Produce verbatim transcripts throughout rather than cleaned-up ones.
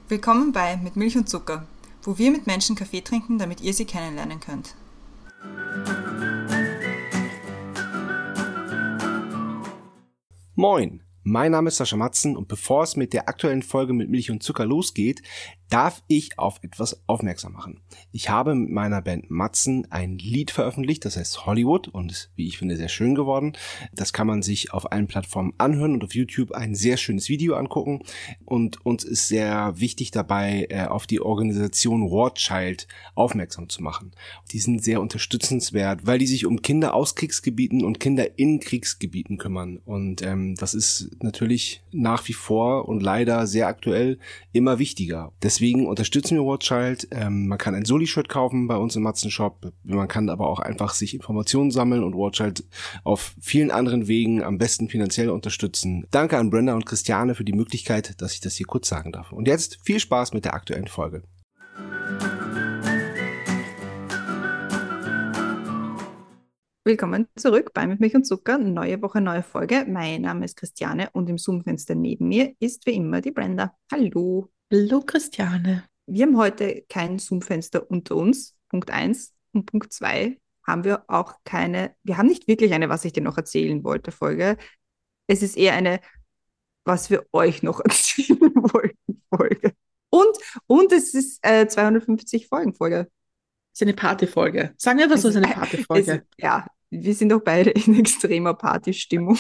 Willkommen bei Mit Milch und Zucker, wo wir mit Menschen Kaffee trinken, damit ihr sie kennenlernen könnt. Moin, mein Name ist Sascha Matzen und bevor es mit der aktuellen Folge mit Milch und Zucker losgeht, darf ich auf etwas aufmerksam machen. Ich habe mit meiner Band Matzen ein Lied veröffentlicht, das heißt Hollywood und ist, wie ich finde, sehr schön geworden. Das kann man sich auf allen Plattformen anhören und auf YouTube ein sehr schönes Video angucken. Und uns ist sehr wichtig dabei, auf die Organisation War Child aufmerksam zu machen. Die sind sehr unterstützenswert, weil die sich um Kinder aus Kriegsgebieten und Kinder in Kriegsgebieten kümmern. Und ähm, das ist natürlich nach wie vor und leider sehr aktuell immer wichtiger. Deswegen unterstützen wir War Child. Ähm, man kann ein Soli-Shirt kaufen bei uns im Matzen-Shop. Man kann aber auch einfach sich Informationen sammeln und War Child auf vielen anderen Wegen am besten finanziell unterstützen. Danke an Brenda und Christiane für die Möglichkeit, dass ich das hier kurz sagen darf. Und jetzt viel Spaß mit der aktuellen Folge. Willkommen zurück bei Mit Milch und Zucker. Neue Woche, neue Folge. Mein Name ist Christiane und im Zoom-Fenster neben mir ist wie immer die Brenda. Hallo. Hallo Christiane. Wir haben heute kein Zoom-Fenster unter uns, Punkt eins. Und Punkt zwei haben wir auch keine, wir haben nicht wirklich eine, was ich dir noch erzählen wollte, Folge. Es ist eher eine, was wir euch noch erzählen wollten, Folge. Und, und es ist äh, zweihundertfünfzig Folgen Folge. Das ist eine Partyfolge. Sagen wir, was so ist eine Es Partyfolge. ist, ja, wir sind doch beide in extremer Partystimmung.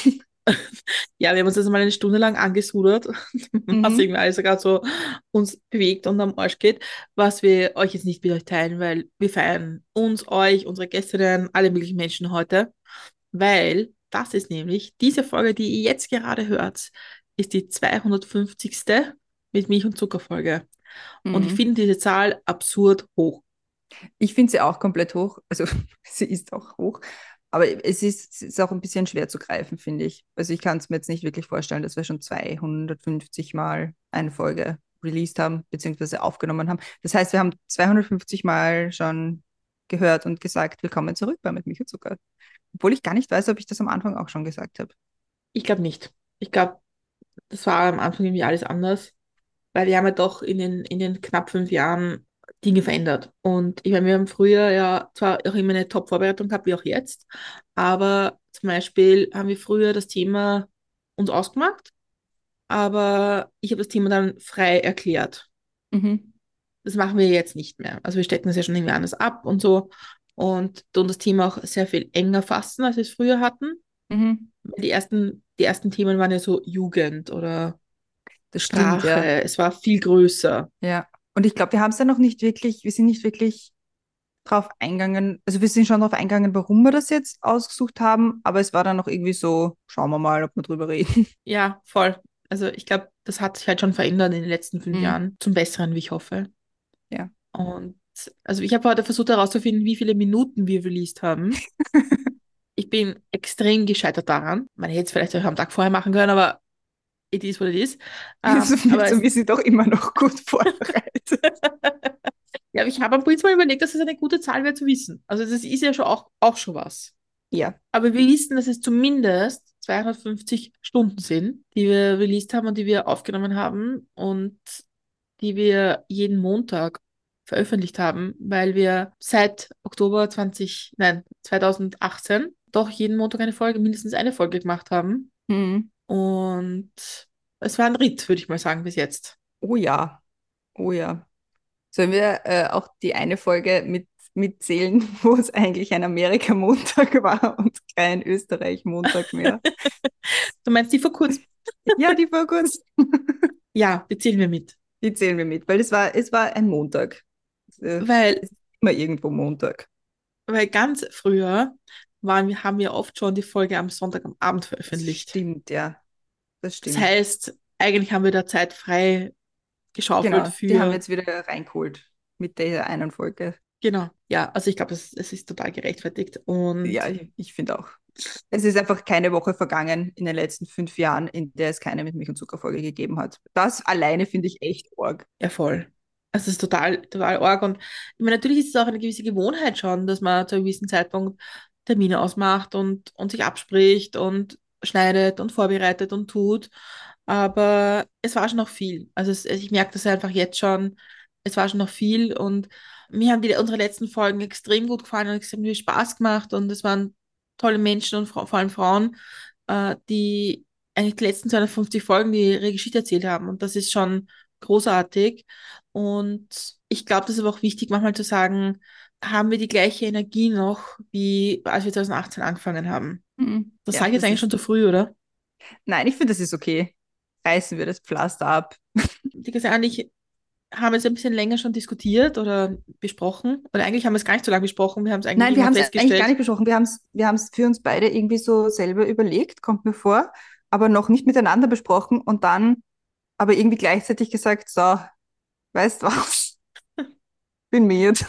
Ja, wir haben uns das mal eine Stunde lang angesudert, Mhm. was irgendwie alles gerade so uns bewegt und am Arsch geht, was wir euch jetzt nicht mit euch teilen, weil wir feiern uns, euch, unsere Gästinnen, alle möglichen Menschen heute, weil das ist nämlich diese Folge, die ihr jetzt gerade hört, ist die zweihundertfünfzigste mit Milch- und Zucker-Folge. Und ich Mhm. finde diese Zahl absurd hoch. Ich finde sie auch komplett hoch. Also sie ist auch hoch. Aber es ist, es ist auch ein bisschen schwer zu greifen, finde ich. Also ich kann es mir jetzt nicht wirklich vorstellen, dass wir schon zweihundertfünfzig Mal eine Folge released haben, beziehungsweise aufgenommen haben. Das heißt, wir haben zweihundertfünfzig Mal schon gehört und gesagt, willkommen zurück bei Mit Milch und Zucker. Obwohl ich gar nicht weiß, ob ich das am Anfang auch schon gesagt habe. Ich glaube nicht. Ich glaube, das war am Anfang irgendwie alles anders, weil wir haben ja doch in den, in den knapp fünf Jahren Dinge verändert. Und ich meine, wir haben früher ja zwar auch immer eine Top-Vorbereitung gehabt, wie auch jetzt, aber zum Beispiel haben wir früher das Thema uns ausgemacht, aber ich habe das Thema dann frei erklärt. Mhm. Das machen wir jetzt nicht mehr. Also wir stecken das ja schon irgendwie anders ab und so und tun das Thema auch sehr viel enger fassen, als wir es früher hatten. Mhm. Die ersten, die ersten Themen waren ja so Jugend oder Das stimmt, Sprache. ja. Es war viel größer. Ja. Und ich glaube, wir haben es ja noch nicht wirklich, wir sind nicht wirklich drauf eingegangen, also wir sind schon drauf eingegangen, warum wir das jetzt ausgesucht haben, aber es war dann noch irgendwie so, schauen wir mal, ob wir drüber reden. Ja, voll. Also ich glaube, das hat sich halt schon verändert in den letzten fünf Mhm. Jahren. Zum Besseren, wie ich hoffe. Ja. Und also ich habe heute versucht herauszufinden, wie viele Minuten wir released haben. Ich bin extrem gescheitert daran. Man hätte es vielleicht auch am Tag vorher machen können, aber it is what it is. Ähm, So, aber so, es, wir sind doch immer noch gut vorbereitet. ja, aber ich habe am Prinzip mal überlegt, dass es eine gute Zahl wäre zu wissen. Also das ist ja schon auch, auch schon was. Ja. Aber wir wissen, dass es zumindest zweihundertfünfzig Stunden sind, die wir released haben und die wir aufgenommen haben und die wir jeden Montag veröffentlicht haben, weil wir seit Oktober zwanzig, nein, zweitausendachtzehn doch jeden Montag eine Folge, mindestens eine Folge gemacht haben. Mhm. Und es war ein Ritt, würde ich mal sagen, bis jetzt. Oh ja. Oh ja. Sollen wir äh, auch die eine Folge mit, mitzählen, wo es eigentlich ein Amerika-Montag war und kein Österreich-Montag mehr? Du meinst die vor kurzem? Ja, die war kurz. Ja, die zählen wir mit. Die zählen wir mit, weil es war, es war ein Montag. Äh, Weil, Es ist immer irgendwo Montag. weil ganz früher waren wir, haben wir oft schon die Folge am Sonntag am Abend Das veröffentlicht. stimmt, ja. Das Das stimmt. heißt, eigentlich haben wir da Zeit frei geschaufelt Genau, die haben wir für, jetzt wieder reingeholt mit der einen Folge. genau, ja, also ich glaube, es, es ist total gerechtfertigt. Ja, Und ich, ich finde auch. Es ist einfach keine Woche vergangen in den letzten fünf Jahren, in der es keine mit Milch und Zucker Folge gegeben hat. Das alleine finde ich echt arg. ja, voll. Also es ist total, total arg. Und ich meine, natürlich ist es auch eine gewisse Gewohnheit schon, dass man zu einem gewissen Zeitpunkt Termine ausmacht und, und sich abspricht und schneidet und vorbereitet und tut. aber es war schon noch viel. Also es, ich merke das einfach jetzt schon, es war schon noch viel und mir haben die, unsere letzten Folgen extrem gut gefallen und extrem viel Spaß gemacht und es waren tolle Menschen und vor vor allem Frauen, äh, die eigentlich die letzten zweihundertfünfzig Folgen die ihre Geschichte erzählt haben und das ist schon großartig und ich glaube, das ist aber auch wichtig, manchmal zu sagen, haben wir die gleiche Energie noch, wie als wir zwanzig achtzehn angefangen haben. Mhm. Das Ja, sage ich jetzt das eigentlich schon ist. zu früh, oder? Nein, ich finde, das ist okay. Reißen wir das Pflaster ab. Die gesagt, eigentlich haben wir es ein bisschen länger schon diskutiert oder besprochen. Oder eigentlich haben wir es gar nicht so lange besprochen. Wir haben es eigentlich Nein, wir immer haben es eigentlich gar festgestellt. nicht besprochen. Wir haben es, wir haben es für uns beide irgendwie so selber überlegt, kommt mir vor, aber noch nicht miteinander besprochen und dann aber irgendwie gleichzeitig gesagt, so, weißt was, bin miert.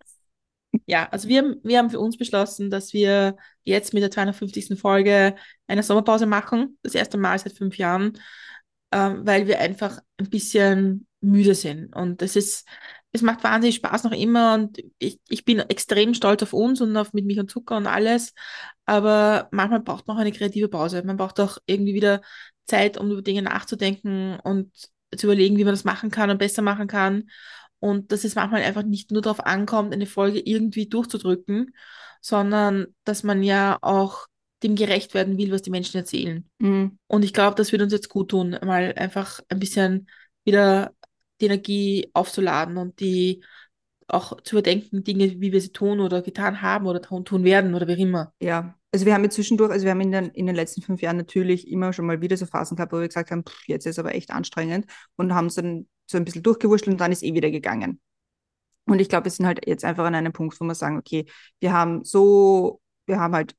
Ja, also wir, haben- wir haben für uns beschlossen, dass wir jetzt mit der zweihundertfünfzigsten Folge eine Sommerpause machen. Das erste Mal seit fünf Jahren, ähm, weil wir einfach ein bisschen müde sind. Und es ist, es macht wahnsinnig Spaß noch immer und ich, ich bin extrem stolz auf uns und auf mit Milch und Zucker und alles. Aber manchmal braucht man auch eine kreative Pause. Man braucht auch irgendwie wieder Zeit, um über Dinge nachzudenken und zu überlegen, wie man das machen kann und besser machen kann. Und dass es manchmal einfach nicht nur darauf ankommt, eine Folge irgendwie durchzudrücken, sondern dass man ja auch dem gerecht werden will, was die Menschen erzählen. Mhm. Und ich glaube, das wird uns jetzt gut tun, mal einfach ein bisschen wieder die Energie aufzuladen und die auch zu überdenken, Dinge, wie wir sie tun oder getan haben oder tun, tun werden oder wie auch immer. Ja, also wir haben jetzt zwischendurch, also wir haben in den, in den letzten fünf Jahren natürlich immer schon mal wieder so Phasen gehabt, wo wir gesagt haben, pff, jetzt ist aber echt anstrengend und haben es dann so ein bisschen durchgewurschtelt und dann ist eh wieder gegangen. Und ich glaube, wir sind halt jetzt einfach an einem Punkt, wo wir sagen, okay, wir haben so, wir haben halt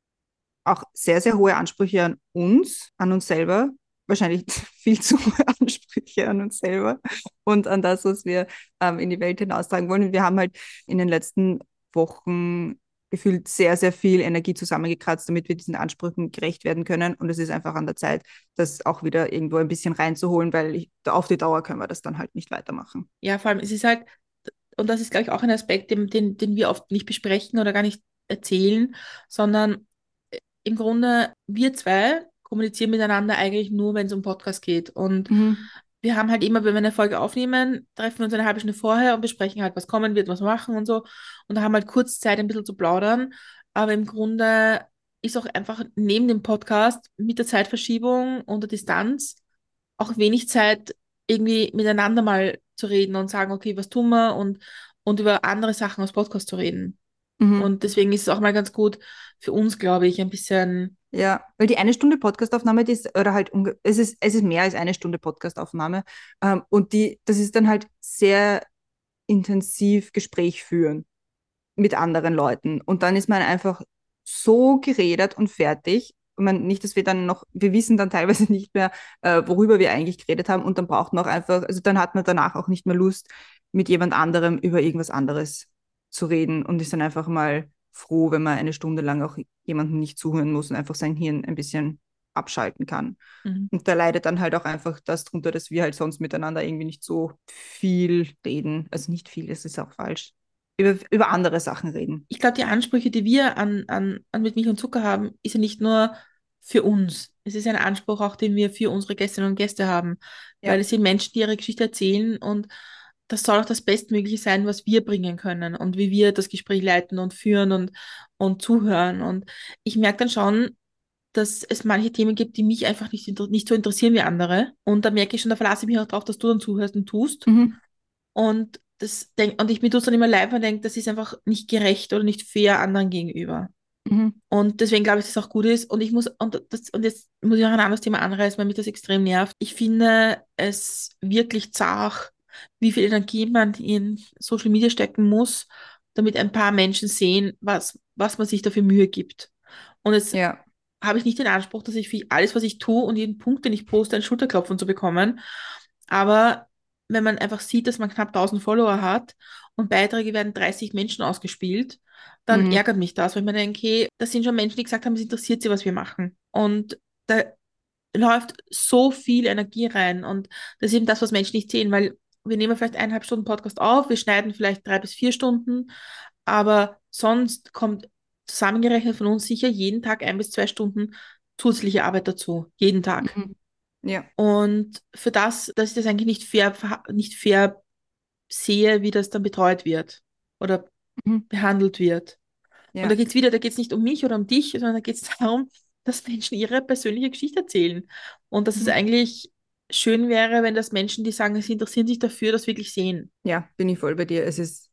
auch sehr, sehr hohe Ansprüche an uns, an uns selber, wahrscheinlich viel zu hohe Ansprüche an uns selber und an das, was wir ähm, in die Welt hinaustragen wollen. Und wir haben halt in den letzten Wochen gefühlt sehr, sehr viel Energie zusammengekratzt, damit wir diesen Ansprüchen gerecht werden können. Und es ist einfach an der Zeit, das auch wieder irgendwo ein bisschen reinzuholen, weil ich, auf die Dauer können wir das dann halt nicht weitermachen. Ja, vor allem, es ist halt, und das ist, glaube ich, auch ein Aspekt, den, den, den wir oft nicht besprechen oder gar nicht erzählen, sondern äh, im Grunde wir zwei kommunizieren miteinander eigentlich nur, wenn es um Podcast geht. Und Mhm. wir haben halt immer, wenn wir eine Folge aufnehmen, treffen wir uns eine halbe Stunde vorher und besprechen halt, was kommen wird, was wir machen und so. Und da haben wir halt kurz Zeit, ein bisschen zu plaudern. Aber im Grunde ist auch einfach neben dem Podcast mit der Zeitverschiebung und der Distanz auch wenig Zeit, irgendwie miteinander mal zu reden und sagen, okay, was tun wir und, und über andere Sachen aus Podcast zu reden. Mhm. Und deswegen ist es auch mal ganz gut für uns, glaube ich, ein bisschen, Ja, weil die eine Stunde Podcastaufnahme, die ist, oder halt, unge- es ist, es ist mehr als eine Stunde Podcastaufnahme. Ähm, und die, das ist dann halt sehr intensiv Gespräch führen mit anderen Leuten. Und dann ist man einfach so geredet und fertig. Und man, nicht, dass wir dann noch, wir wissen dann teilweise nicht mehr, äh, worüber wir eigentlich geredet haben. Und dann braucht man auch einfach, also dann hat man danach auch nicht mehr Lust, mit jemand anderem über irgendwas anderes zu reden und ist dann einfach mal froh, wenn man eine Stunde lang auch jemandem nicht zuhören muss und einfach sein Hirn ein bisschen abschalten kann. mhm. Und da leidet dann halt auch einfach das drunter, dass wir halt sonst miteinander irgendwie nicht so viel reden. Also nicht viel, das ist auch falsch. Über, über andere Sachen reden. Ich glaube, die Ansprüche, die wir an, an, an mit Milch und Zucker haben, ist ja nicht nur für uns. Es ist ein Anspruch auch, den wir für unsere Gästinnen und Gäste haben, weil Ja. es sind Menschen, die ihre Geschichte erzählen und das soll auch das Bestmögliche sein, was wir bringen können und wie wir das Gespräch leiten und führen und, und zuhören. Und ich merke dann schon, dass es manche Themen gibt, die mich einfach nicht, inter- nicht so interessieren wie andere. Und da merke ich schon, da verlasse ich mich auch drauf, dass du dann zuhörst und tust. Mhm. Und das denk, und ich mir tue dann immer leid und denke, das ist einfach nicht gerecht oder nicht fair anderen gegenüber. Mhm. Und deswegen glaube ich, dass es auch gut ist. Und ich muss, und das, und jetzt muss ich auch ein anderes Thema anreißen, weil mich das extrem nervt. Ich finde es wirklich zart, wie viel Energie man in Social Media stecken muss, damit ein paar Menschen sehen, was, was man sich dafür Mühe gibt. Und jetzt Ja. habe ich nicht den Anspruch, dass ich für alles, was ich tue und jeden Punkt, den ich poste, ein Schulterklopfen zu bekommen. Aber wenn man einfach sieht, dass man knapp tausend Follower hat und Beiträge werden dreißig Menschen ausgespielt, dann Mhm. ärgert mich das, weil man denkt, okay, das sind schon Menschen, die gesagt haben, es interessiert sie, was wir machen. Und da läuft so viel Energie rein und das ist eben das, was Menschen nicht sehen, weil wir nehmen vielleicht eineinhalb Stunden Podcast auf, wir schneiden vielleicht drei bis vier Stunden, aber sonst kommt zusammengerechnet von uns sicher jeden Tag ein bis zwei Stunden zusätzliche Arbeit dazu. Jeden Tag. Mhm. Ja. Und für das, dass ich das eigentlich nicht fair, verha- nicht fair sehe, wie das dann betreut wird oder Mhm. behandelt wird. Und da Ja. geht es wieder, da geht es nicht um mich oder um dich, sondern da geht es darum, dass Menschen ihre persönliche Geschichte erzählen. Und dass es Mhm. eigentlich schön wäre, wenn das Menschen, die sagen, sie interessieren sich dafür, das wirklich sehen. Ja, bin ich voll bei dir. Es ist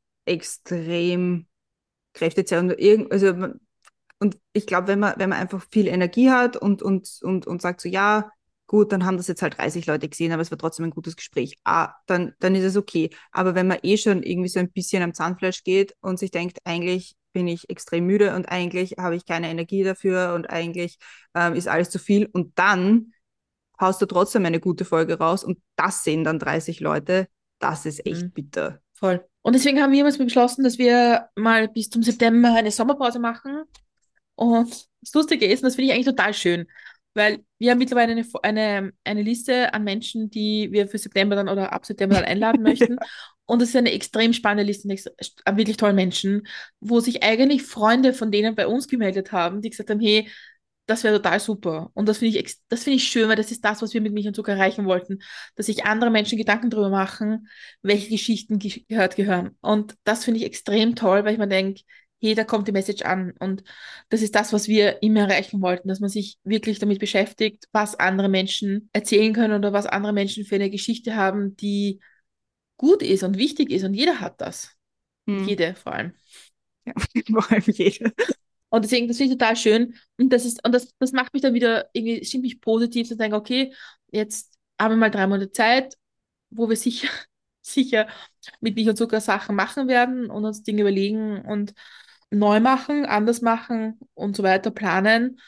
extrem kräftezehrend. Und irgend, also man, und ich glaube, wenn man, wenn man einfach viel Energie hat und, und, und, und sagt so, ja, gut, dann haben das jetzt halt dreißig Leute gesehen, aber es war trotzdem ein gutes Gespräch. Ah, dann, dann ist es okay. Aber wenn man eh schon irgendwie so ein bisschen am Zahnfleisch geht und sich denkt, eigentlich bin ich extrem müde und eigentlich habe ich keine Energie dafür und eigentlich ähm, ist alles zu viel und dann haust du trotzdem eine gute Folge raus und das sehen dann dreißig Leute, das ist echt Mhm. bitter. Voll. Und deswegen haben wir uns beschlossen, dass wir mal bis zum September eine Sommerpause machen. Und das Lustige ist, und das finde ich eigentlich total schön, weil wir haben mittlerweile eine, eine, eine Liste an Menschen, die wir für September dann oder ab September dann einladen möchten. Und es ist eine extrem spannende Liste an ex- an wirklich tollen Menschen, wo sich eigentlich Freunde von denen bei uns gemeldet haben, die gesagt haben, hey, das wäre total super. Und das finde ich, ex- das finde ich schön, weil das ist das, was wir mit Milch und Zucker erreichen wollten, dass sich andere Menschen Gedanken darüber machen, welche Geschichten ge gehört gehören. Und das finde ich extrem toll, weil ich mir denke, hey, da kommt die Message an. Und das ist das, was wir immer erreichen wollten, dass man sich wirklich damit beschäftigt, was andere Menschen erzählen können oder was andere Menschen für eine Geschichte haben, die gut ist und wichtig ist. Und jeder hat das. Hm. Jede vor allem. Ja, vor allem jeder. Und deswegen, das finde ich total schön. Und das ist, und das, das macht mich dann wieder irgendwie, stimmt mich positiv zu denken, okay, jetzt haben wir mal drei Monate Zeit, wo wir sicher, sicher mit Milch und Zucker Sachen machen werden und uns Dinge überlegen und neu machen, anders machen und so weiter planen.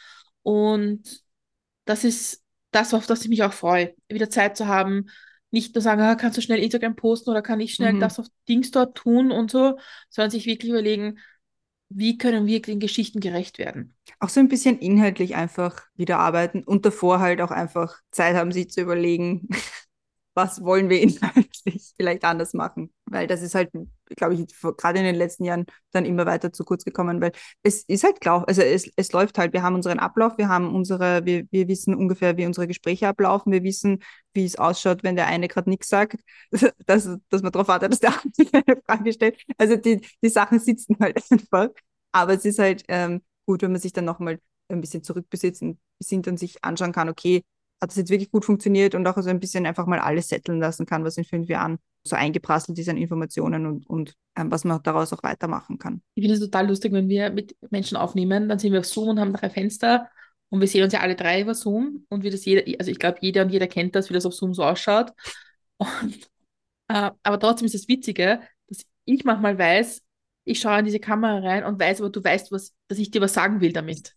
Und das ist das, auf das ich mich auch freue, wieder Zeit zu haben, nicht nur sagen, ah, kannst du schnell Instagram posten oder kann ich schnell Mhm. das auf Dings dort tun und so, sondern sich wirklich überlegen, wie können wir den Geschichten gerecht werden. Auch so ein bisschen inhaltlich einfach wieder arbeiten und davor halt auch einfach Zeit haben, sich zu überlegen, was wollen wir inhaltlich vielleicht anders machen. Weil das ist halt, glaube ich, vor- gerade in den letzten Jahren dann immer weiter zu kurz gekommen, weil es ist halt klar, also es, es läuft halt, wir haben unseren Ablauf, wir haben unsere, wir, wir wissen ungefähr, wie unsere Gespräche ablaufen, wir wissen, wie es ausschaut, wenn der eine gerade nichts sagt, dass, dass man darauf wartet, dass der andere sich eine Frage stellt. Also die, die Sachen sitzen halt einfach. Aber es ist halt ähm, gut, wenn man sich dann nochmal ein bisschen zurückbesitzt und besinnt und sich anschauen kann, okay, hat das jetzt wirklich gut funktioniert und auch so ein bisschen einfach mal alles setteln lassen kann, was in fünf Jahren so eingeprasselt ist an Informationen und, und ähm, was man daraus auch weitermachen kann. Ich finde es total lustig, wenn wir mit Menschen aufnehmen, dann sind wir auf Zoom und haben drei Fenster und wir sehen uns ja alle drei über Zoom und wie das jeder, also ich glaube, jeder und jeder kennt das, wie das auf Zoom so ausschaut. Und, äh, aber trotzdem ist das Witzige, dass ich manchmal weiß, ich schaue in diese Kamera rein und weiß, aber du weißt, was, dass ich dir was sagen will damit.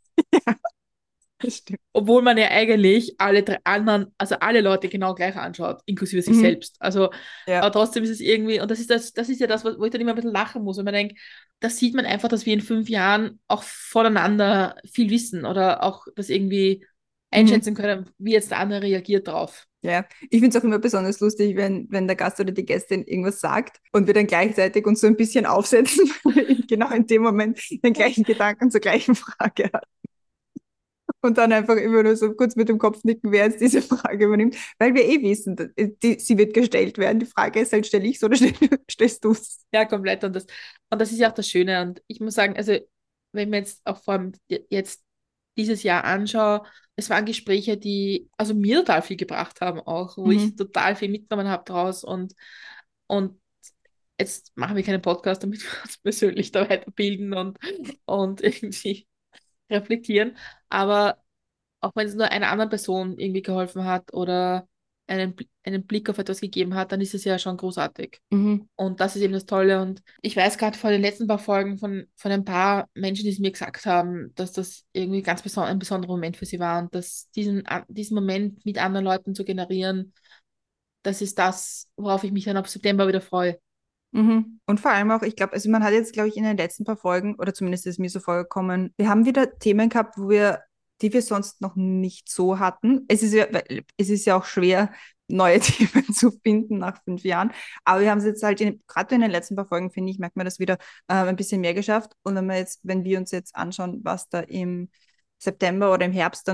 Das stimmt. Obwohl man ja eigentlich alle drei anderen, also alle Leute genau gleich anschaut, inklusive sich Mhm. selbst. Also, aber Ja. trotzdem ist es irgendwie, und das ist das, das ist ja das, wo ich dann immer ein bisschen lachen muss, wenn man denkt, da sieht man einfach, dass wir in fünf Jahren auch voneinander viel wissen oder auch das irgendwie Mhm. einschätzen können, wie jetzt der andere reagiert drauf. Ja, ich finde es auch immer besonders lustig, wenn, wenn der Gast oder die Gästin irgendwas sagt und wir dann gleichzeitig uns so ein bisschen aufsetzen, genau in dem Moment den gleichen Gedanken zur gleichen Frage hat. Und dann einfach immer nur so kurz mit dem Kopf nicken, wer jetzt diese Frage übernimmt, weil wir eh wissen, die, sie wird gestellt werden. Die Frage ist halt, stelle ich es oder stell, stellst du es? Ja, komplett. Und das, und das ist ja auch das Schöne. Und ich muss sagen, also, wenn mir jetzt auch vor allem jetzt dieses Jahr anschaue, es waren Gespräche, die also mir total viel gebracht haben, auch, wo ich Mhm. total viel mitgenommen habe draus. Und, und jetzt machen wir keinen Podcast, damit wir uns persönlich da weiterbilden und, und irgendwie reflektieren. Aber auch wenn es nur einer anderen Person irgendwie geholfen hat oder einen, Bl- einen Blick auf etwas gegeben hat, dann ist es ja schon großartig. Mhm. Und das ist eben das Tolle. Und ich weiß gerade vor den letzten paar Folgen von, von ein paar Menschen, die es mir gesagt haben, dass das irgendwie ganz beson ein besonderer Moment für sie war und dass diesen, a- diesen Moment mit anderen Leuten zu generieren, das ist das, worauf ich mich dann ab September wieder freue. Mhm. Und vor allem auch, ich glaube, also man hat jetzt, glaube ich, in den letzten paar Folgen, oder zumindest ist es mir so vorgekommen, wir haben wieder Themen gehabt, wo wir, die wir sonst noch nicht so hatten. Es ist ja, weil es ist ja auch schwer, neue Themen zu finden nach fünf Jahren. Aber wir haben es jetzt halt in, gerade in den letzten paar Folgen, finde ich, merkt man das wieder äh, ein bisschen mehr geschafft. Und wenn wir jetzt, wenn wir uns jetzt anschauen, was da im September oder im Herbst dann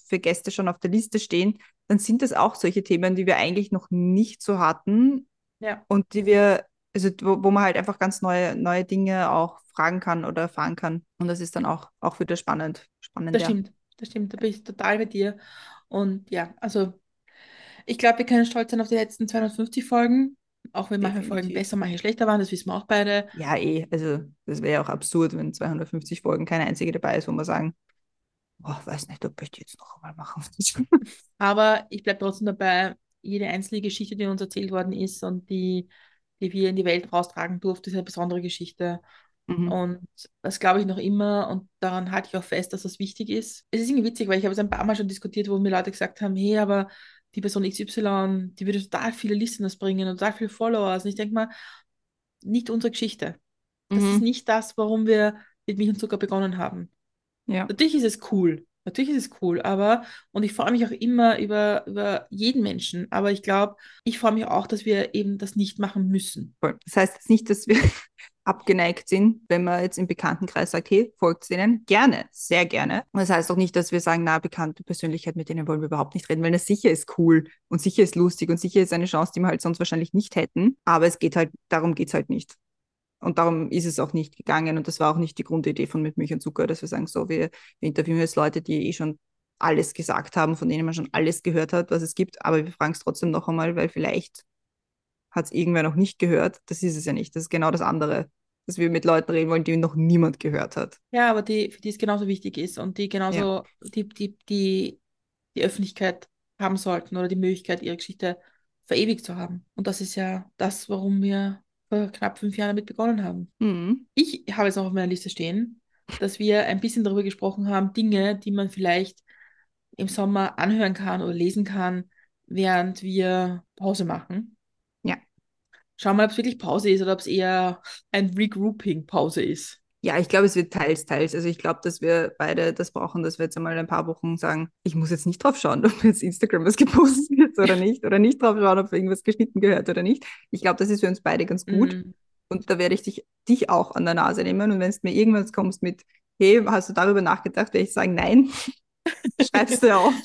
für Gäste schon auf der Liste stehen, dann sind das auch solche Themen, die wir eigentlich noch nicht so hatten Ja, und die wir, also wo, wo man halt einfach ganz neue, neue Dinge auch fragen kann oder erfahren kann. Und das ist dann auch, auch wieder spannend, spannend, das ja. stimmt. Das stimmt, da bin ich total bei dir. Und ja, also ich glaube, wir können stolz sein auf die letzten zweihundertfünfzig Folgen, auch wenn manche Folgen Definitiv. besser, manche schlechter waren, das wissen wir auch beide. Ja, eh, also das wäre ja auch absurd, wenn zweihundertfünfzig Folgen keine einzige dabei ist, wo wir sagen, boah, weiß nicht, ob ich die jetzt noch einmal machen will. Aber ich bleibe trotzdem dabei, jede einzelne Geschichte, die uns erzählt worden ist und die, die wir in die Welt raustragen durften, ist eine besondere Geschichte. Mhm. Und das glaube ich noch immer und daran halte ich auch fest, dass das wichtig ist. Es ist irgendwie witzig, weil ich habe es ein paar Mal schon diskutiert, wo mir Leute gesagt haben, hey, aber die Person X Y, die würde total viele Listeners bringen und total viele Followers. Und ich denke mal, nicht unsere Geschichte. Das ist Mhm. nicht das, warum wir mit Milch und Zucker begonnen haben. Ja. Natürlich ist es cool. Natürlich ist es cool, aber, und ich freue mich auch immer über, über jeden Menschen, aber ich glaube, ich freue mich auch, dass wir eben das nicht machen müssen. Voll. Das heißt jetzt nicht, dass wir abgeneigt sind, wenn man jetzt im Bekanntenkreis sagt, hey, folgt denen. Gerne, sehr gerne. Und das heißt auch nicht, dass wir sagen, na, bekannte Persönlichkeit, mit denen wollen wir überhaupt nicht reden, weil das sicher ist cool und sicher ist lustig und sicher ist eine Chance, die wir halt sonst wahrscheinlich nicht hätten. Aber es geht halt, darum geht es halt nicht. Und darum ist es auch nicht gegangen. Und das war auch nicht die Grundidee von Mit Milch und Zucker, dass wir sagen, so, wir, wir interviewen jetzt Leute, die eh schon alles gesagt haben, von denen man schon alles gehört hat, was es gibt. Aber wir fragen es trotzdem noch einmal, weil vielleicht hat es irgendwer noch nicht gehört. Das ist es ja nicht. Das ist genau das andere, dass wir mit Leuten reden wollen, die noch niemand gehört hat. Ja, aber die, für die es genauso wichtig ist und die Ja. genauso die, die, die, die Öffentlichkeit haben sollten oder die Möglichkeit, ihre Geschichte verewigt zu haben. Und das ist ja das, warum wir vor knapp fünf Jahren damit begonnen haben. Mhm. Ich habe jetzt noch auf meiner Liste stehen, dass wir ein bisschen darüber gesprochen haben, Dinge, die man vielleicht im Sommer anhören kann oder lesen kann, während wir Pause machen. Ja. Schau mal, ob es wirklich Pause ist oder ob es eher ein Regrouping-Pause ist. Ja, ich glaube, es wird teils, teils. Also ich glaube, dass wir beide das brauchen, dass wir jetzt einmal ein paar Wochen sagen, ich muss jetzt nicht drauf schauen, ob jetzt Instagram was gepostet wird oder nicht, oder nicht drauf schauen, ob irgendwas geschnitten gehört oder nicht. Ich glaube, das ist für uns beide ganz gut. Mm. Und da werde ich dich, dich auch an der Nase nehmen. Und wenn es mir irgendwas kommst mit, hey, hast du darüber nachgedacht, werde ich sagen, nein, schreibst du ja auf.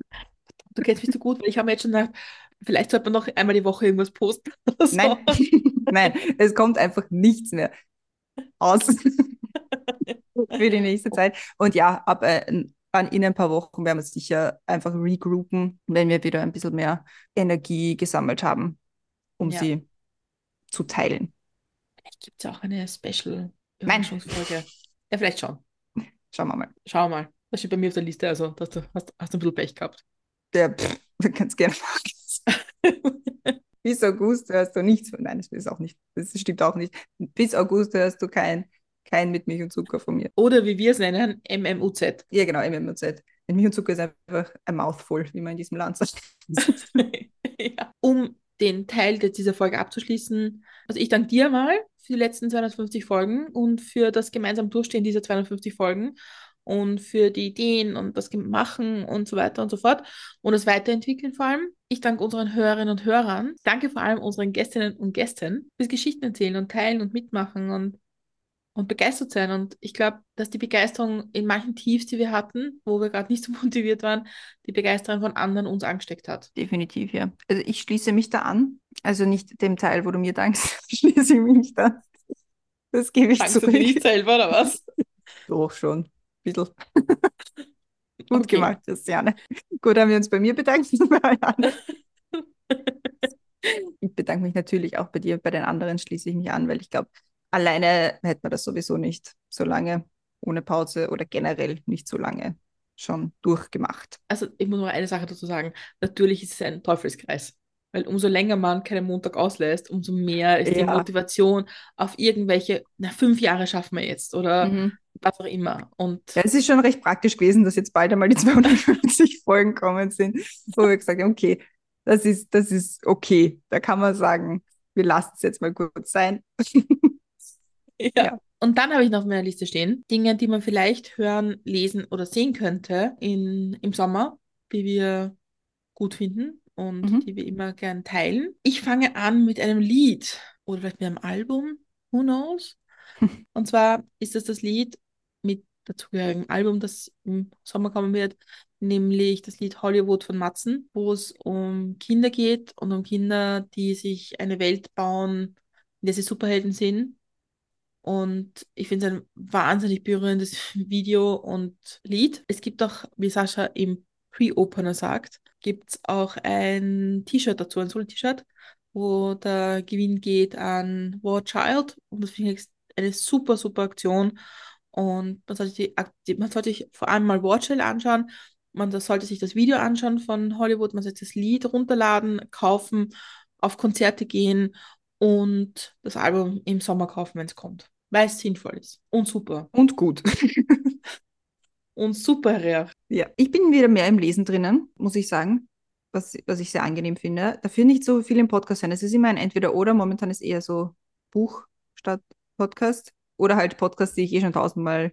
Du kennst mich so gut, weil ich habe mir jetzt schon gedacht, vielleicht sollte man noch einmal die Woche irgendwas posten oder so. Nein, nein, es kommt einfach nichts mehr aus für die nächste Zeit. Und ja, ab äh, an, in ein paar Wochen werden wir sicher einfach regroupen, wenn wir wieder ein bisschen mehr Energie gesammelt haben, um Ja, sie zu teilen. vielleicht gibt es ja auch eine Nein, Special-Überraschungsfolge. Ja, vielleicht schon. schauen wir mal. Schauen wir mal. Das steht bei mir auf der Liste, also dass du hast, hast du ein bisschen Pech gehabt. Der, pff, wir können es gerne machen. Bis August hörst du nichts von. Nein, das ist auch nicht. Das stimmt auch nicht. Bis August hörst du kein, kein mit Milch und Zucker von mir. Oder wie wir es nennen, M M U Z. Ja, genau, M M und Z. Mit Milch und Zucker ist einfach ein Mouthful, wie man in diesem Land sagt. Ja. Um den Teil dieser Folge abzuschließen, also ich danke dir mal für die letzten zweihundertfünfzig Folgen und für das gemeinsam Durchstehen dieser zweihundertfünfzig Folgen und für die Ideen und das Machen und so weiter und so fort und das Weiterentwickeln vor allem. Ich danke unseren Hörerinnen und Hörern. Danke vor allem unseren Gästinnen und Gästen fürs Geschichten erzählen und teilen und mitmachen und und begeistert sein. Und ich glaube, dass die Begeisterung in manchen Tiefs, die wir hatten, wo wir gerade nicht so motiviert waren, die Begeisterung von anderen uns angesteckt hat. Definitiv, ja. Also ich schließe mich da an. Also nicht dem Teil, wo du mir dankst, schließe ich mich da. Das gebe ich Dankst du dir zurück. nicht selber, oder was? Doch schon. Ein bisschen. Gut Okay. gemacht, Christiane. Gut, haben wir uns bei mir bedankt und bei allen anderen. Ich bedanke mich natürlich auch bei dir. Bei den anderen schließe ich mich an, weil ich glaube, alleine hätte man das sowieso nicht so lange ohne Pause oder generell nicht so lange schon durchgemacht. Also ich muss noch eine Sache dazu sagen. Natürlich ist es ein Teufelskreis. Weil umso länger man keinen Montag auslässt, umso mehr ist die Ja. Motivation auf irgendwelche, na, fünf Jahre schaffen wir jetzt oder Mhm. was auch immer. Und Ja, es ist schon recht praktisch gewesen, dass jetzt bald einmal die zweihundertfünfzig Folgen kommen sind, wo wir gesagt haben, okay, das ist, das ist okay. Da kann man sagen, wir lassen es jetzt mal gut sein. ja. Ja. Und dann habe ich noch auf meiner Liste stehen, Dinge, die man vielleicht hören, lesen oder sehen könnte in, im Sommer, die wir gut finden und Mhm. die wir immer gern teilen. Ich fange an mit einem Lied oder vielleicht mit einem Album, who knows? Und zwar ist das das Lied mit dazugehörigem Album, das im Sommer kommen wird, nämlich das Lied Hollywood von Matzen, wo es um Kinder geht und um Kinder, die sich eine Welt bauen, in der sie Superhelden sind. Und ich finde es ein wahnsinnig berührendes Video und Lied. Es gibt auch, wie Sascha im Pre-Opener sagt, gibt es auch ein T-Shirt dazu, ein Solo-T-Shirt, wo der Gewinn geht an War Child. Und das finde ich eine super, super Aktion. Und man sollte, die, Ak- die- man sollte sich vor allem mal War Child anschauen. Man das sollte sich das Video anschauen von Hollywood. Man sollte das Lied runterladen, kaufen, auf Konzerte gehen und das Album im Sommer kaufen, wenn es kommt. Weil es sinnvoll ist. Und super. Und gut. Und super rare. Ja, ich bin wieder mehr im Lesen drinnen, muss ich sagen, was, was ich sehr angenehm finde. Dafür nicht so viel im Podcast sein. Es ist immer ein Entweder-Oder. Momentan ist eher so Buch statt Podcast. Oder halt Podcast, die ich eh schon tausendmal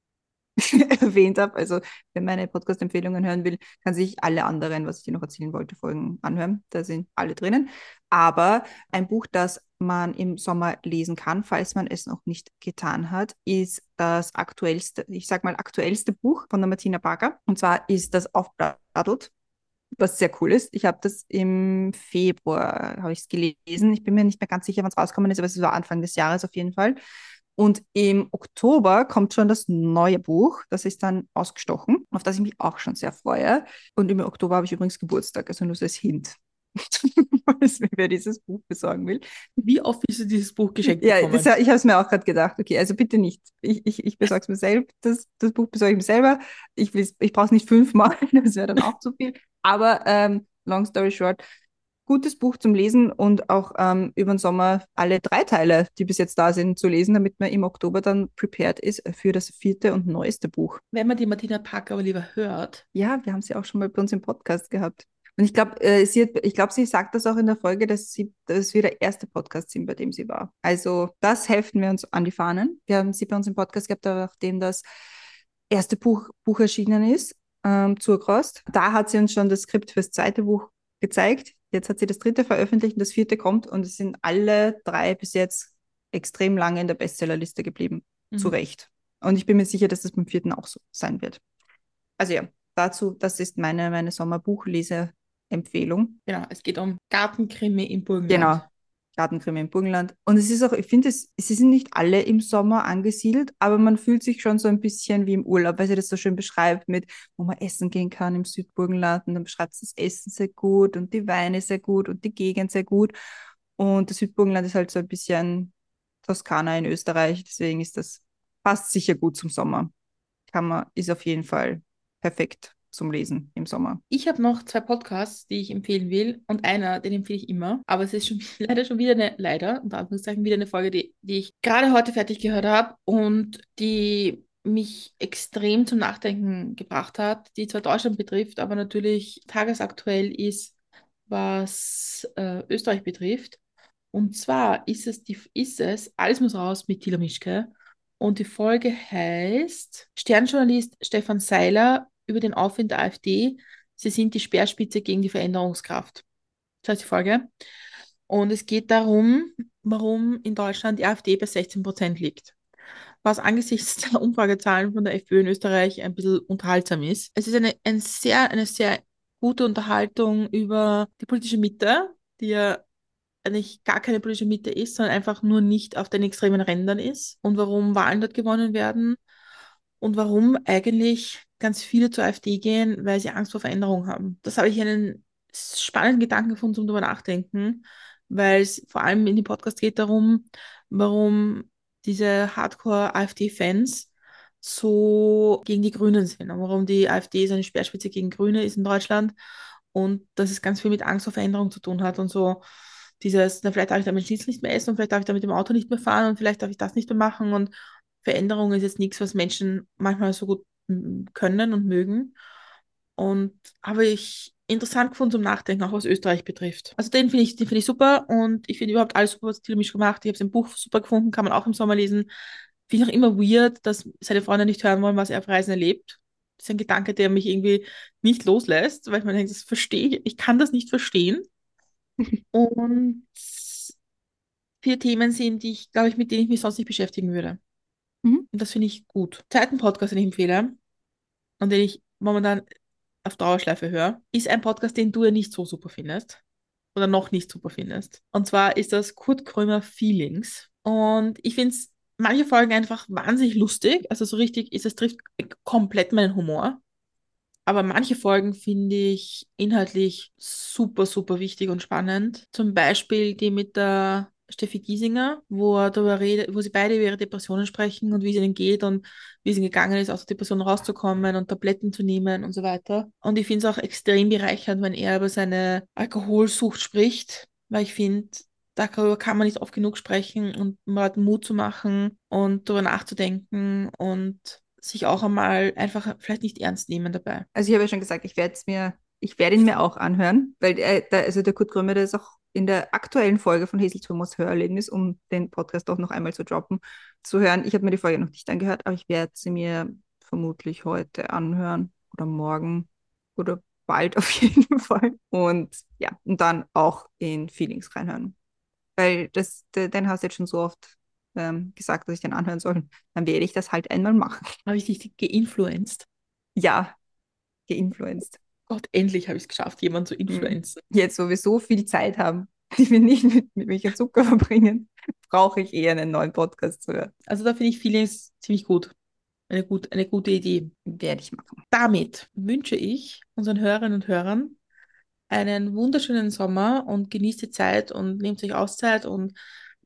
erwähnt habe. Also, wenn man meine Podcast-Empfehlungen hören will, kann sich alle anderen, was ich dir noch erzählen wollte, Folgen anhören. Da sind alle drinnen. Aber ein Buch, das man im Sommer lesen kann, falls man es noch nicht getan hat, ist das aktuellste, ich sag mal, aktuellste Buch von der Martina Parker. Und zwar ist das Aufgeadelt, was sehr cool ist. Ich habe das im Februar, habe ich es gelesen. Ich bin mir nicht mehr ganz sicher, wann es rausgekommen ist, aber es war Anfang des Jahres auf jeden Fall. Und im Oktober kommt schon das neue Buch. Das ist dann Ausgestochen, auf das ich mich auch schon sehr freue. Und im Oktober habe ich übrigens Geburtstag, also nur so als Hint. Falls mir wer dieses Buch besorgen will. Wie oft willst du dieses Buch geschenkt Ja, bekommen? das, ich habe es mir auch gerade gedacht. Okay, also bitte nicht. Ich, ich, ich besorge es mir selbst. Das, das Buch besorge ich mir selber. Ich, will's- ich brauche es nicht fünfmal, das wäre dann auch zu viel. Aber ähm, long story short, gutes Buch zum Lesen und auch ähm, über den Sommer alle drei Teile, die bis jetzt da sind, zu lesen, damit man im Oktober dann prepared ist für das vierte und neueste Buch. Wenn man die Martina Parker aber lieber hört, Ja, wir haben sie auch schon mal bei uns im Podcast gehabt. Und ich glaube, äh, sie, hat- ich glaube, sie sagt das auch in der Folge, dass, sie, dass wir der erste Podcast sind, bei dem sie war. Also das heften wir uns an die Fahnen. Wir haben sie bei uns im Podcast gehabt, nachdem das erste Buch, Buch erschienen ist, ähm, Zurgrost. Da hat sie uns schon das Skript fürs zweite Buch gezeigt. Jetzt hat sie das dritte veröffentlicht und das vierte kommt und es sind alle drei bis jetzt extrem lange in der Bestsellerliste geblieben. Zu mhm. Recht. Und ich bin mir sicher, dass das beim vierten auch so sein wird. Also ja, dazu, das ist meine, meine Sommerbuchlese-Empfehlung. Genau, es geht um Gartenkrimi im Burgenland. Genau, Gartenkrimi im Burgenland. Und es ist auch, ich finde, es, sie sind nicht alle im Sommer angesiedelt, aber man fühlt sich schon so ein bisschen wie im Urlaub, weil sie das so schön beschreibt mit, wo man essen gehen kann im Südburgenland. Und dann beschreibt sie das Essen sehr gut und die Weine sehr gut und die Gegend sehr gut. Und das Südburgenland ist halt so ein bisschen Toskana in Österreich, deswegen ist das, passt sicher gut zum Sommer. Kann man, ist auf jeden Fall perfekt zum Lesen im Sommer. Ich habe noch zwei Podcasts, die ich empfehlen will. Und einer, den empfehle ich immer. Aber es ist schon leider schon wieder eine, leider, unter Anführungszeichen, wieder eine Folge, die, die ich gerade heute fertig gehört habe und die mich extrem zum Nachdenken gebracht hat, die zwar Deutschland betrifft, aber natürlich tagesaktuell ist, was äh, Österreich betrifft. Und zwar ist es, die, ist es Alles muss raus mit Tila Mischke. Und die Folge heißt Sternjournalist Stefan Seiler über den Aufwind der AfD. Sie sind die Speerspitze gegen die Veränderungskraft. Das heißt die Folge. Und es geht darum, warum in Deutschland die AfD bei sechzehn Prozent liegt. Was angesichts der Umfragezahlen von der FPÖ in Österreich ein bisschen unterhaltsam ist. Es ist eine, ein sehr, eine sehr gute Unterhaltung über die politische Mitte, die ja eigentlich gar keine politische Mitte ist, sondern einfach nur nicht auf den extremen Rändern ist und warum Wahlen dort gewonnen werden und warum eigentlich ganz viele zur AfD gehen, weil sie Angst vor Veränderung haben. Das habe ich einen spannenden Gedanken gefunden zum drüber nachdenken, weil es vor allem in dem Podcast geht darum, warum diese Hardcore-AfD-Fans so gegen die Grünen sind und warum die AfD so eine Speerspitze gegen Grüne ist in Deutschland und dass es ganz viel mit Angst vor Veränderung zu tun hat und so dieses, na, vielleicht darf ich damit Schnitzel nicht mehr essen und vielleicht darf ich da mit dem Auto nicht mehr fahren und vielleicht darf ich das nicht mehr machen und Veränderung ist jetzt nichts, was Menschen manchmal so gut mm, können und mögen. Und habe ich interessant gefunden zum Nachdenken, auch was Österreich betrifft. Also den finde ich, den finde ich super und ich finde überhaupt alles super, was Tilmisch gemacht. Ich habe sein Buch super gefunden, kann man auch im Sommer lesen. Finde ich auch immer weird, dass seine Freunde nicht hören wollen, was er auf Reisen erlebt. Das ist ein Gedanke, der mich irgendwie nicht loslässt, weil ich mir denke, das verstehe ich, ich kann das nicht verstehen. Und vier Themen sind, die ich, glaube ich, mit denen ich mich sonst nicht beschäftigen würde. Mhm. Und das finde ich gut. Zweiten Podcast, den ich empfehle und den ich momentan auf Dauerschleife höre, ist ein Podcast, den du ja nicht so super findest oder noch nicht super findest. Und zwar ist das Kurt Krömer Feelings. Und ich finde es manche Folgen einfach wahnsinnig lustig. Also so richtig ist es trifft komplett meinen Humor. Aber manche Folgen finde ich inhaltlich super, super wichtig und spannend. Zum Beispiel die mit der Steffi Giesinger, wo er darüber redet, wo sie beide über ihre Depressionen sprechen und wie es ihnen geht und wie es ihnen gegangen ist, aus der Depression rauszukommen und Tabletten zu nehmen und so weiter. Und ich finde es auch extrem bereichernd, wenn er über seine Alkoholsucht spricht, weil ich finde, darüber kann man nicht oft genug sprechen und mal Mut zu machen und darüber nachzudenken und sich auch einmal einfach vielleicht nicht ernst nehmen dabei. Also ich habe ja schon gesagt, ich werde es mir, ich werde ihn mir auch anhören, weil der, der, also der Kurt Krömer, der ist auch in der aktuellen Folge von Hazel Thomas Hörerlebnis, um den Podcast auch noch einmal zu droppen, zu hören. Ich habe mir die Folge noch nicht angehört, aber ich werde sie mir vermutlich heute anhören oder morgen oder bald auf jeden Fall. Und ja, und dann auch in Feelings reinhören. Weil das, de- den hast du jetzt schon so oft ähm, gesagt, dass ich den anhören soll. Dann werde ich das halt einmal machen. Habe ich dich geinfluenced? Ja, geinfluenced. Gott, endlich habe ich es geschafft, jemanden zu Mhm. influenzen. Jetzt, wo wir so viel Zeit haben, die wir nicht mit, mit Milch und Zucker verbringen, brauche ich eher einen neuen Podcast zu hören. Also da finde ich Feelings ziemlich gut. Eine, gut, eine gute Idee. Werde ich machen. Damit wünsche ich unseren Hörerinnen und Hörern einen wunderschönen Sommer und genießt die Zeit und nehmt euch Auszeit und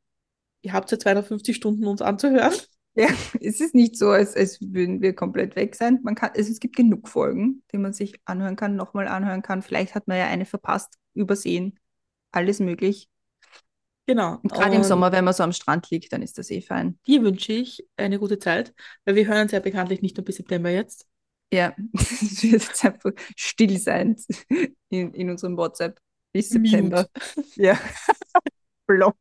ihr habt ja zweihundertfünfzig Stunden uns anzuhören. Ja, es ist nicht so, als, als würden wir komplett weg sein. Man kann, also es gibt genug Folgen, die man sich anhören kann, nochmal anhören kann. Vielleicht hat man ja eine verpasst, übersehen. Alles möglich. Genau. Und gerade im Und Sommer, wenn man so am Strand liegt, dann ist das eh fein. dir wünsche ich eine gute Zeit, weil wir hören uns ja bekanntlich nicht nur bis September jetzt. Ja, es wird jetzt einfach still sein in, in unserem WhatsApp bis Mute. September. Ja, Block.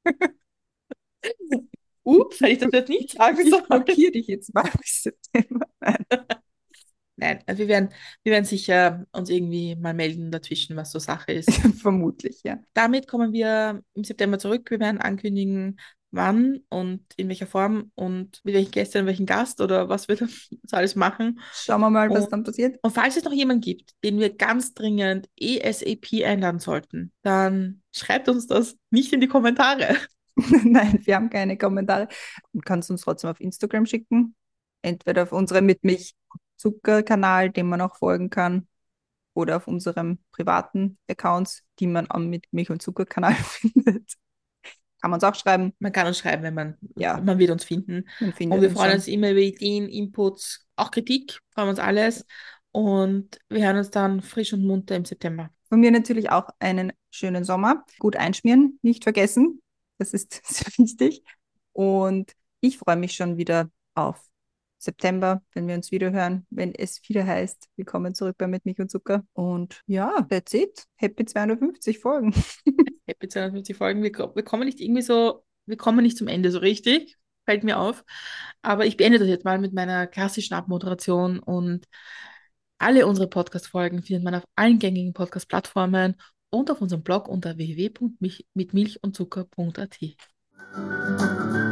Ups, hätte ich das jetzt nicht sagen Ich sollen. markiere dich jetzt mal bis September. Nein. Nein, also wir werden, wir werden sicher uns irgendwie mal melden dazwischen, was so Sache ist. Vermutlich, ja. Damit kommen wir im September zurück. Wir werden ankündigen, wann und in welcher Form und mit welchen Gästen und welchen Gast oder was wir da so alles machen. Schauen wir mal, was Und, dann passiert. und falls es noch jemanden gibt, den wir ganz dringend ASAP einladen sollten, dann schreibt uns das nicht in die Kommentare. Nein, wir haben keine Kommentare. Du kannst uns trotzdem auf Instagram schicken. Entweder auf unserem mit Milch Zucker-Kanal, dem man auch folgen kann, oder auf unserem privaten Accounts, die man am mit Milch und Zucker-Kanal findet. Kann man es auch schreiben. Man kann uns schreiben, wenn man, Ja, man wird uns finden. man Und findet wir uns freuen schon. uns immer über Ideen, Inputs, auch Kritik, freuen wir uns alles. Und wir hören uns dann frisch und munter im September. Von mir natürlich auch einen schönen Sommer. Gut einschmieren, nicht vergessen. Das ist sehr wichtig. Und ich freue mich schon wieder auf September, wenn wir uns wieder hören, wenn es wieder heißt, willkommen zurück bei Mit Milch und Zucker. Und ja, that's it. Happy zweihundertfünfzig Folgen. Happy zweihundertfünfzig Folgen. Wir, ko- wir kommen nicht irgendwie so, wir kommen nicht zum Ende so richtig, fällt mir auf. Aber ich beende das jetzt mal mit meiner klassischen Abmoderation und alle unsere Podcast-Folgen findet man auf allen gängigen Podcast-Plattformen und auf unserem Blog unter w w w punkt mit milch und zucker punkt a t.